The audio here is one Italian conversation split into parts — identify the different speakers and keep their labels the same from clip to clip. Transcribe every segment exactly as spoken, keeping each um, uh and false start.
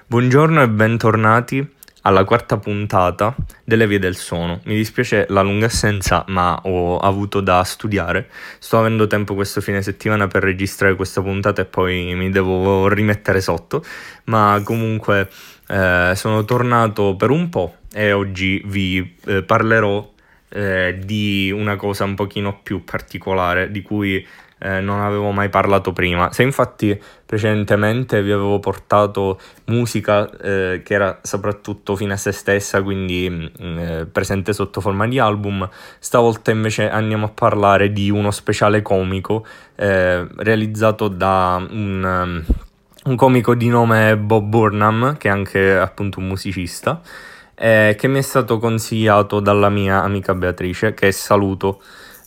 Speaker 1: Buongiorno e bentornati alla quarta puntata delle Vie del Suono. Mi dispiace la lunga assenza, ma ho avuto da studiare. Sto avendo tempo questo fine settimana per registrare questa puntata e poi mi devo rimettere sotto, ma comunque eh, sono tornato per un po' e oggi vi eh, parlerò eh, di una cosa un pochino più particolare di cui Eh, non avevo mai parlato prima. Se infatti precedentemente vi avevo portato musica eh, che era soprattutto fine a se stessa, quindi mh, eh, presente sotto forma di album, stavolta invece andiamo a parlare di uno speciale comico eh, realizzato da un, um, un comico di nome Bob Burnham, che è anche appunto un musicista, eh, che mi è stato consigliato dalla mia amica Beatrice, che saluto.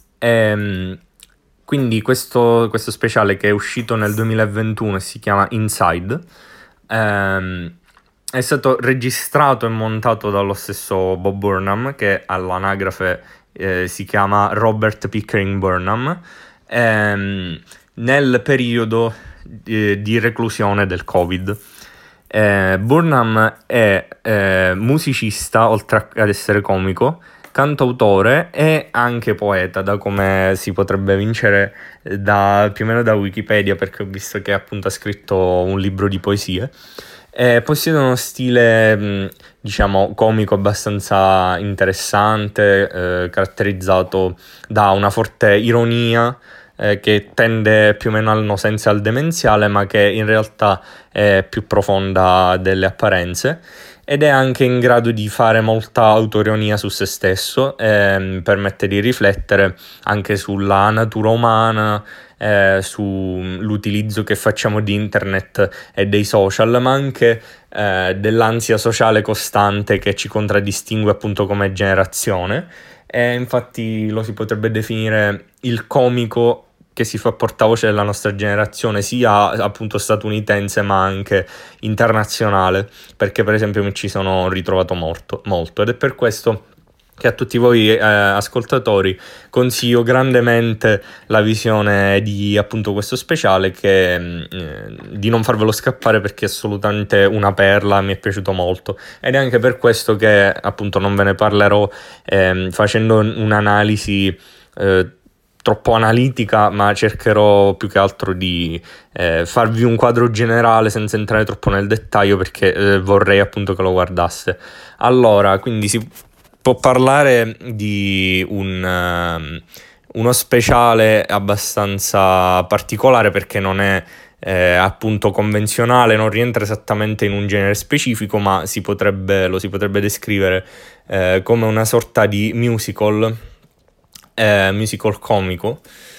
Speaker 1: Ehm, quindi questo, questo speciale, che è uscito nel duemilaventuno e si chiama Inside, ehm, è stato registrato e montato dallo stesso Bob Burnham, che all'anagrafe eh, si chiama Robert Pickering Burnham, ehm, nel periodo di, di reclusione del Covid. Eh, Burnham è eh, musicista, oltre ad essere comico, cantautore e anche poeta, da come si potrebbe vincere da, più o meno da Wikipedia, perché ho visto che appunto ha scritto un libro di poesie. Eh, possiede uno stile, mh, diciamo, comico abbastanza interessante, eh, caratterizzato da una forte ironia, eh, che tende più o meno al no senso e al demenziale, ma che in realtà è più profonda delle apparenze. Ed è anche in grado di fare molta autoironia su se stesso, ehm, permette di riflettere anche sulla natura umana, eh, sull'utilizzo che facciamo di internet e dei social, ma anche eh, dell'ansia sociale costante che ci contraddistingue appunto come generazione. E infatti lo si potrebbe definire il comico che si fa portavoce della nostra generazione, sia appunto statunitense ma anche internazionale, perché per esempio mi ci sono ritrovato molto, molto ed è per questo che a tutti voi eh, ascoltatori consiglio grandemente la visione di appunto questo speciale, che eh, di non farvelo scappare, perché è assolutamente una perla, mi è piaciuto molto, ed è anche per questo che appunto non ve ne parlerò eh, facendo un'analisi eh, troppo analitica, ma cercherò più che altro di eh, farvi un quadro generale senza entrare troppo nel dettaglio, perché eh, vorrei appunto che lo guardasse. Allora, quindi si può parlare di un, uh, uno speciale abbastanza particolare, perché non è eh, appunto convenzionale, non rientra esattamente in un genere specifico, ma si potrebbe, lo si potrebbe descrivere eh, come una sorta di musical, eh, musical comico,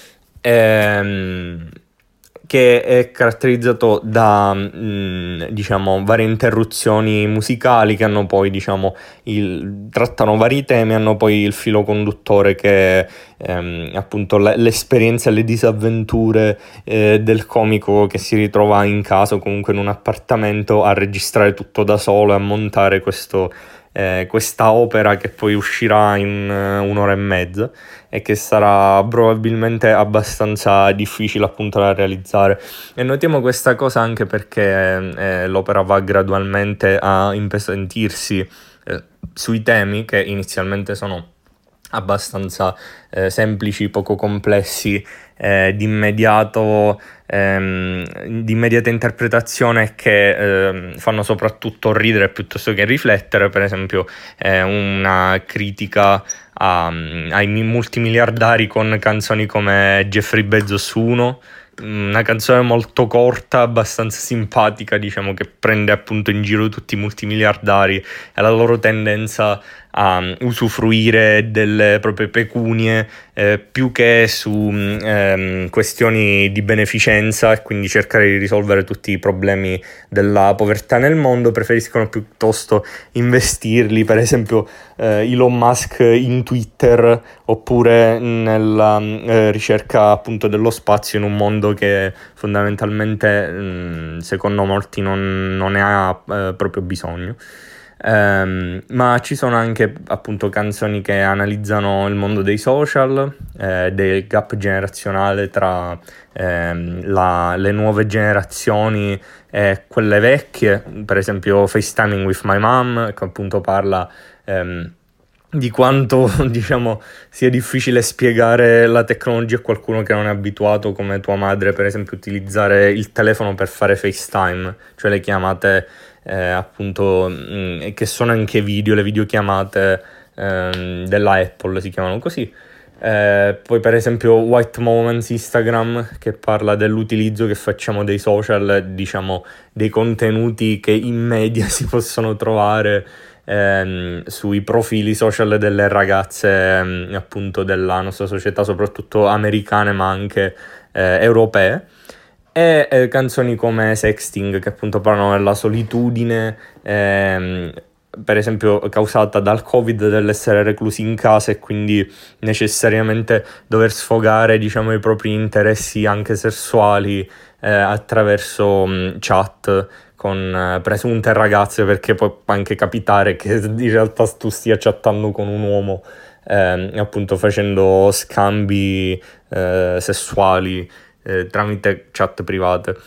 Speaker 1: ehm, che è caratterizzato da mh, diciamo varie interruzioni musicali che hanno poi diciamo il, trattano vari temi, hanno poi il filo conduttore che ehm, appunto le, l'esperienza e le disavventure eh, del comico che si ritrova in casa o comunque in un appartamento a registrare tutto da solo e a montare questo Eh, questa opera, che poi uscirà in uh, un'ora e mezza e che sarà probabilmente abbastanza difficile appunto da realizzare. E notiamo questa cosa anche perché eh, l'opera va gradualmente a impesantirsi eh, sui temi, che inizialmente sono abbastanza eh, semplici, poco complessi, eh, di immediato ehm, di immediata interpretazione, che ehm, fanno soprattutto ridere piuttosto che riflettere. Per esempio eh, una critica a, ai multimiliardari con canzoni come Jeffrey Bezos uno, una canzone molto corta, abbastanza simpatica, diciamo, che prende appunto in giro tutti i multimiliardari e la loro tendenza a usufruire delle proprie pecunie eh, più che su ehm, questioni di beneficenza, e quindi cercare di risolvere tutti i problemi della povertà nel mondo. Preferiscono piuttosto investirli, per esempio eh, Elon Musk in Twitter, oppure nella eh, ricerca appunto dello spazio, in un mondo che fondamentalmente mh, secondo molti non, non ne ha eh, proprio bisogno. Ehm, ma ci sono anche appunto canzoni che analizzano il mondo dei social, eh, del gap generazionale tra ehm, la- le nuove generazioni e quelle vecchie, per esempio FaceTiming with My Mom, che appunto parla ehm, di quanto diciamo sia difficile spiegare la tecnologia a qualcuno che non è abituato, come tua madre, per esempio, utilizzare il telefono per fare FaceTime, cioè le chiamate eh, appunto, mh, che sono anche video, le videochiamate ehm, della Apple si chiamano così. Eh, poi per esempio White Moments Instagram, che parla dell'utilizzo che facciamo dei social, diciamo dei contenuti che in media si possono trovare ehm, sui profili social delle ragazze ehm, appunto della nostra società, soprattutto americane ma anche eh, europee. E eh, canzoni come Sexting, che appunto parlano della solitudine, ehm, per esempio causata dal Covid, dell'essere reclusi in casa e quindi necessariamente dover sfogare, diciamo, i propri interessi anche sessuali eh, attraverso mh, chat con eh, presunte ragazze, perché può anche capitare che in realtà tu stia chattando con un uomo, ehm, appunto facendo scambi eh, sessuali eh, tramite chat private.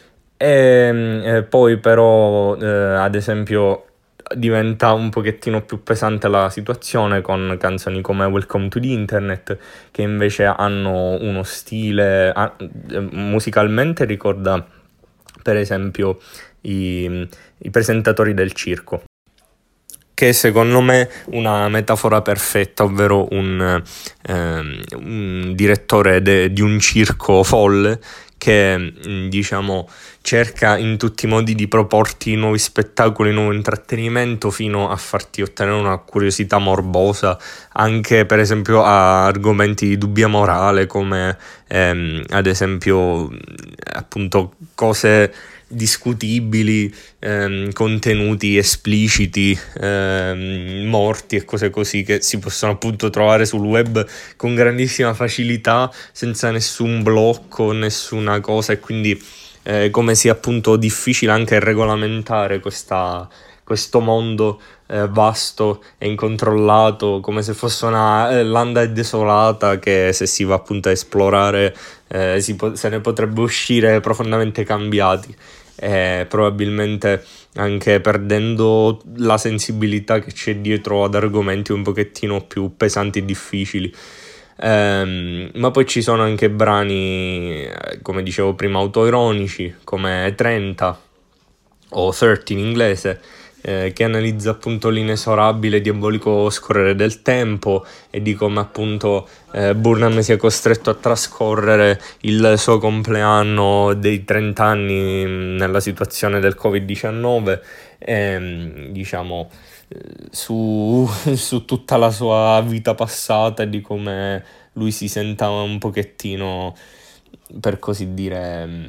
Speaker 1: E eh, poi però, eh, ad esempio, diventa un pochettino più pesante la situazione con canzoni come Welcome to the Internet, che invece hanno uno stile, ah, eh, musicalmente ricorda per esempio i, i presentatori del circo, che secondo me è una metafora perfetta, ovvero un, ehm, un direttore de- di un circo folle che mh, diciamo cerca in tutti i modi di proporti nuovi spettacoli, nuovo intrattenimento, fino a farti ottenere una curiosità morbosa anche per esempio a argomenti di dubbia morale, come ehm, ad esempio mh, appunto cose discutibili, ehm, contenuti espliciti, ehm, morti e cose così, che si possono appunto trovare sul web con grandissima facilità, senza nessun blocco, nessuna cosa, e quindi eh, come sia appunto difficile anche regolamentare questa, questo mondo eh, vasto e incontrollato, come se fosse una eh, landa desolata che, se si va appunto a esplorare, eh, si po- se ne potrebbe uscire profondamente cambiati, e probabilmente anche perdendo la sensibilità che c'è dietro ad argomenti un pochettino più pesanti e difficili. Ehm, ma poi ci sono anche brani, eh, come dicevo prima, autoironici, come trenta o trenta in inglese, eh, che analizza appunto l'inesorabile e diabolico scorrere del tempo e di come appunto eh, Burnham sia costretto a trascorrere il suo compleanno dei trenta anni mh, nella situazione del covid diciannove, e, diciamo eh, su, su tutta la sua vita passata e di come lui si senta un pochettino, per così dire, mh,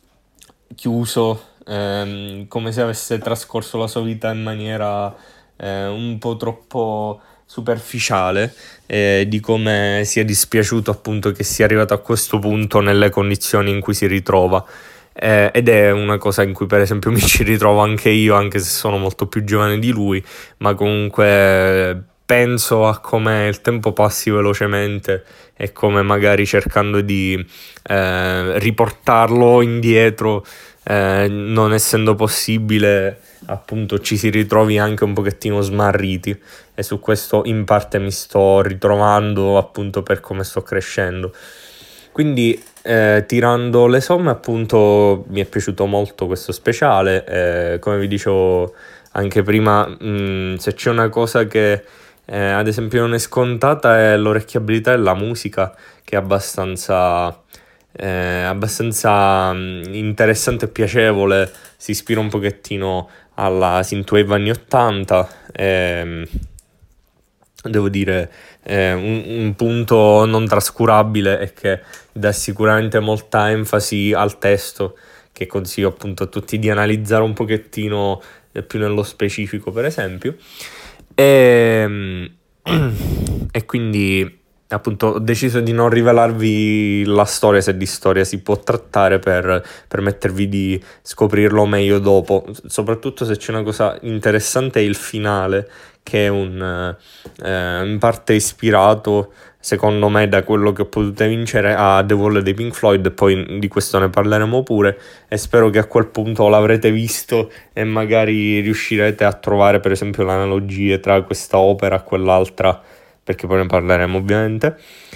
Speaker 1: chiuso, ehm, come se avesse trascorso la sua vita in maniera eh, un po' troppo superficiale, e di come sia dispiaciuto appunto che sia arrivato a questo punto nelle condizioni in cui si ritrova. Eh, ed è una cosa in cui per esempio mi ci ritrovo anche io, anche se sono molto più giovane di lui, ma comunque penso a come il tempo passi velocemente e come magari cercando di eh, riportarlo indietro, eh, non essendo possibile, appunto ci si ritrovi anche un pochettino smarriti, e su questo in parte mi sto ritrovando appunto per come sto crescendo. Quindi eh, tirando le somme, appunto, mi è piaciuto molto questo speciale, eh, come vi dicevo anche prima, mh, se c'è una cosa che eh, ad esempio non è scontata è l'orecchiabilità e la musica, che è abbastanza, eh, abbastanza mh, interessante e piacevole, si ispira un pochettino alla synthwave anni ottanta. ehm, Devo dire, eh, un, un punto non trascurabile è che dà sicuramente molta enfasi al testo, che consiglio appunto a tutti di analizzare un pochettino eh, più nello specifico, per esempio. E, e quindi appunto ho deciso di non rivelarvi la storia, se di storia si può trattare, per permettervi di scoprirlo meglio dopo, soprattutto se c'è una cosa interessante è il finale, che è un eh, in parte ispirato secondo me da quello che ho potuto vincere a The Wall dei Pink Floyd, poi di questo ne parleremo pure, e spero che a quel punto l'avrete visto e magari riuscirete a trovare per esempio le analogie tra questa opera e quell'altra, perché poi ne parleremo ovviamente.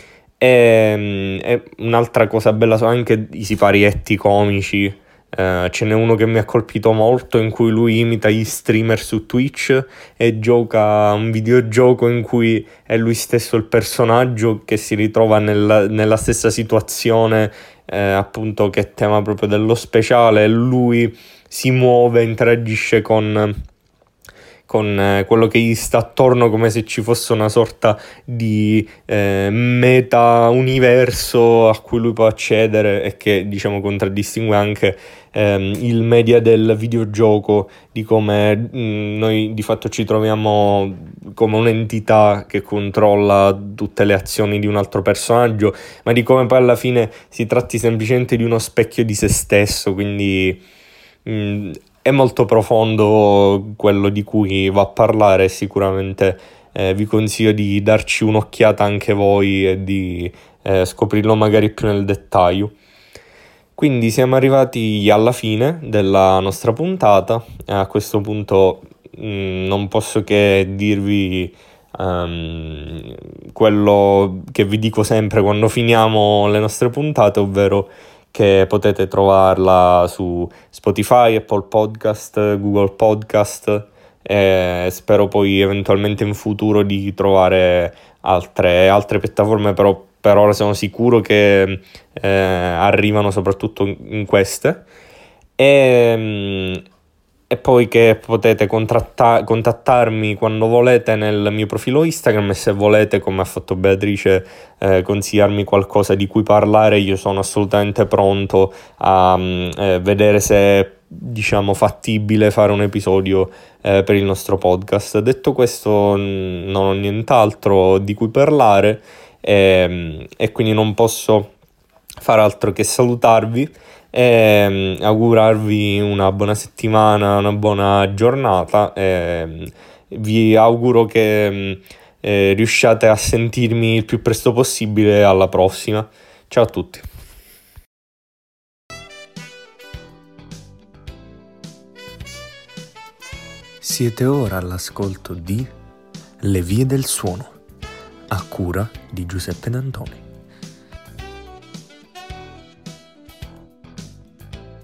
Speaker 1: E, e un'altra cosa bella sono anche i siparietti comici. Uh, ce n'è uno che mi ha colpito molto in cui lui imita gli streamer su Twitch e gioca un videogioco in cui è lui stesso il personaggio che si ritrova nella, nella stessa situazione, eh, appunto, che è tema proprio dello speciale. Lui si muove, interagisce con con eh, quello che gli sta attorno, come se ci fosse una sorta di eh, meta universo a cui lui può accedere, e che diciamo contraddistingue anche ehm, il media del videogioco, di come mh, noi di fatto ci troviamo come un'entità che controlla tutte le azioni di un altro personaggio, ma di come poi alla fine si tratti semplicemente di uno specchio di se stesso. Quindi mh, è molto profondo quello di cui va a parlare, sicuramente eh, vi consiglio di darci un'occhiata anche voi e di eh, scoprirlo magari più nel dettaglio. Quindi siamo arrivati alla fine della nostra puntata, a questo punto mh, non posso che dirvi um, quello che vi dico sempre quando finiamo le nostre puntate, ovvero che potete trovarla su Spotify, Apple Podcast, Google Podcast, e spero poi eventualmente in futuro di trovare altre, altre piattaforme, però per ora sono sicuro che eh, arrivano soprattutto in queste. E, e poi che potete contratta- contattarmi quando volete nel mio profilo Instagram, e se volete, come ha fatto Beatrice, eh, consigliarmi qualcosa di cui parlare, io sono assolutamente pronto a eh, vedere se è, diciamo, fattibile fare un episodio eh, per il nostro podcast. Detto questo, n- non ho nient'altro di cui parlare, e, e quindi non posso far altro che salutarvi e augurarvi una buona settimana, una buona giornata, e vi auguro che eh, riusciate a sentirmi il più presto possibile. Alla prossima, ciao a tutti.
Speaker 2: Siete ora all'ascolto di Le vie del suono, a cura di Giuseppe D'Antoni.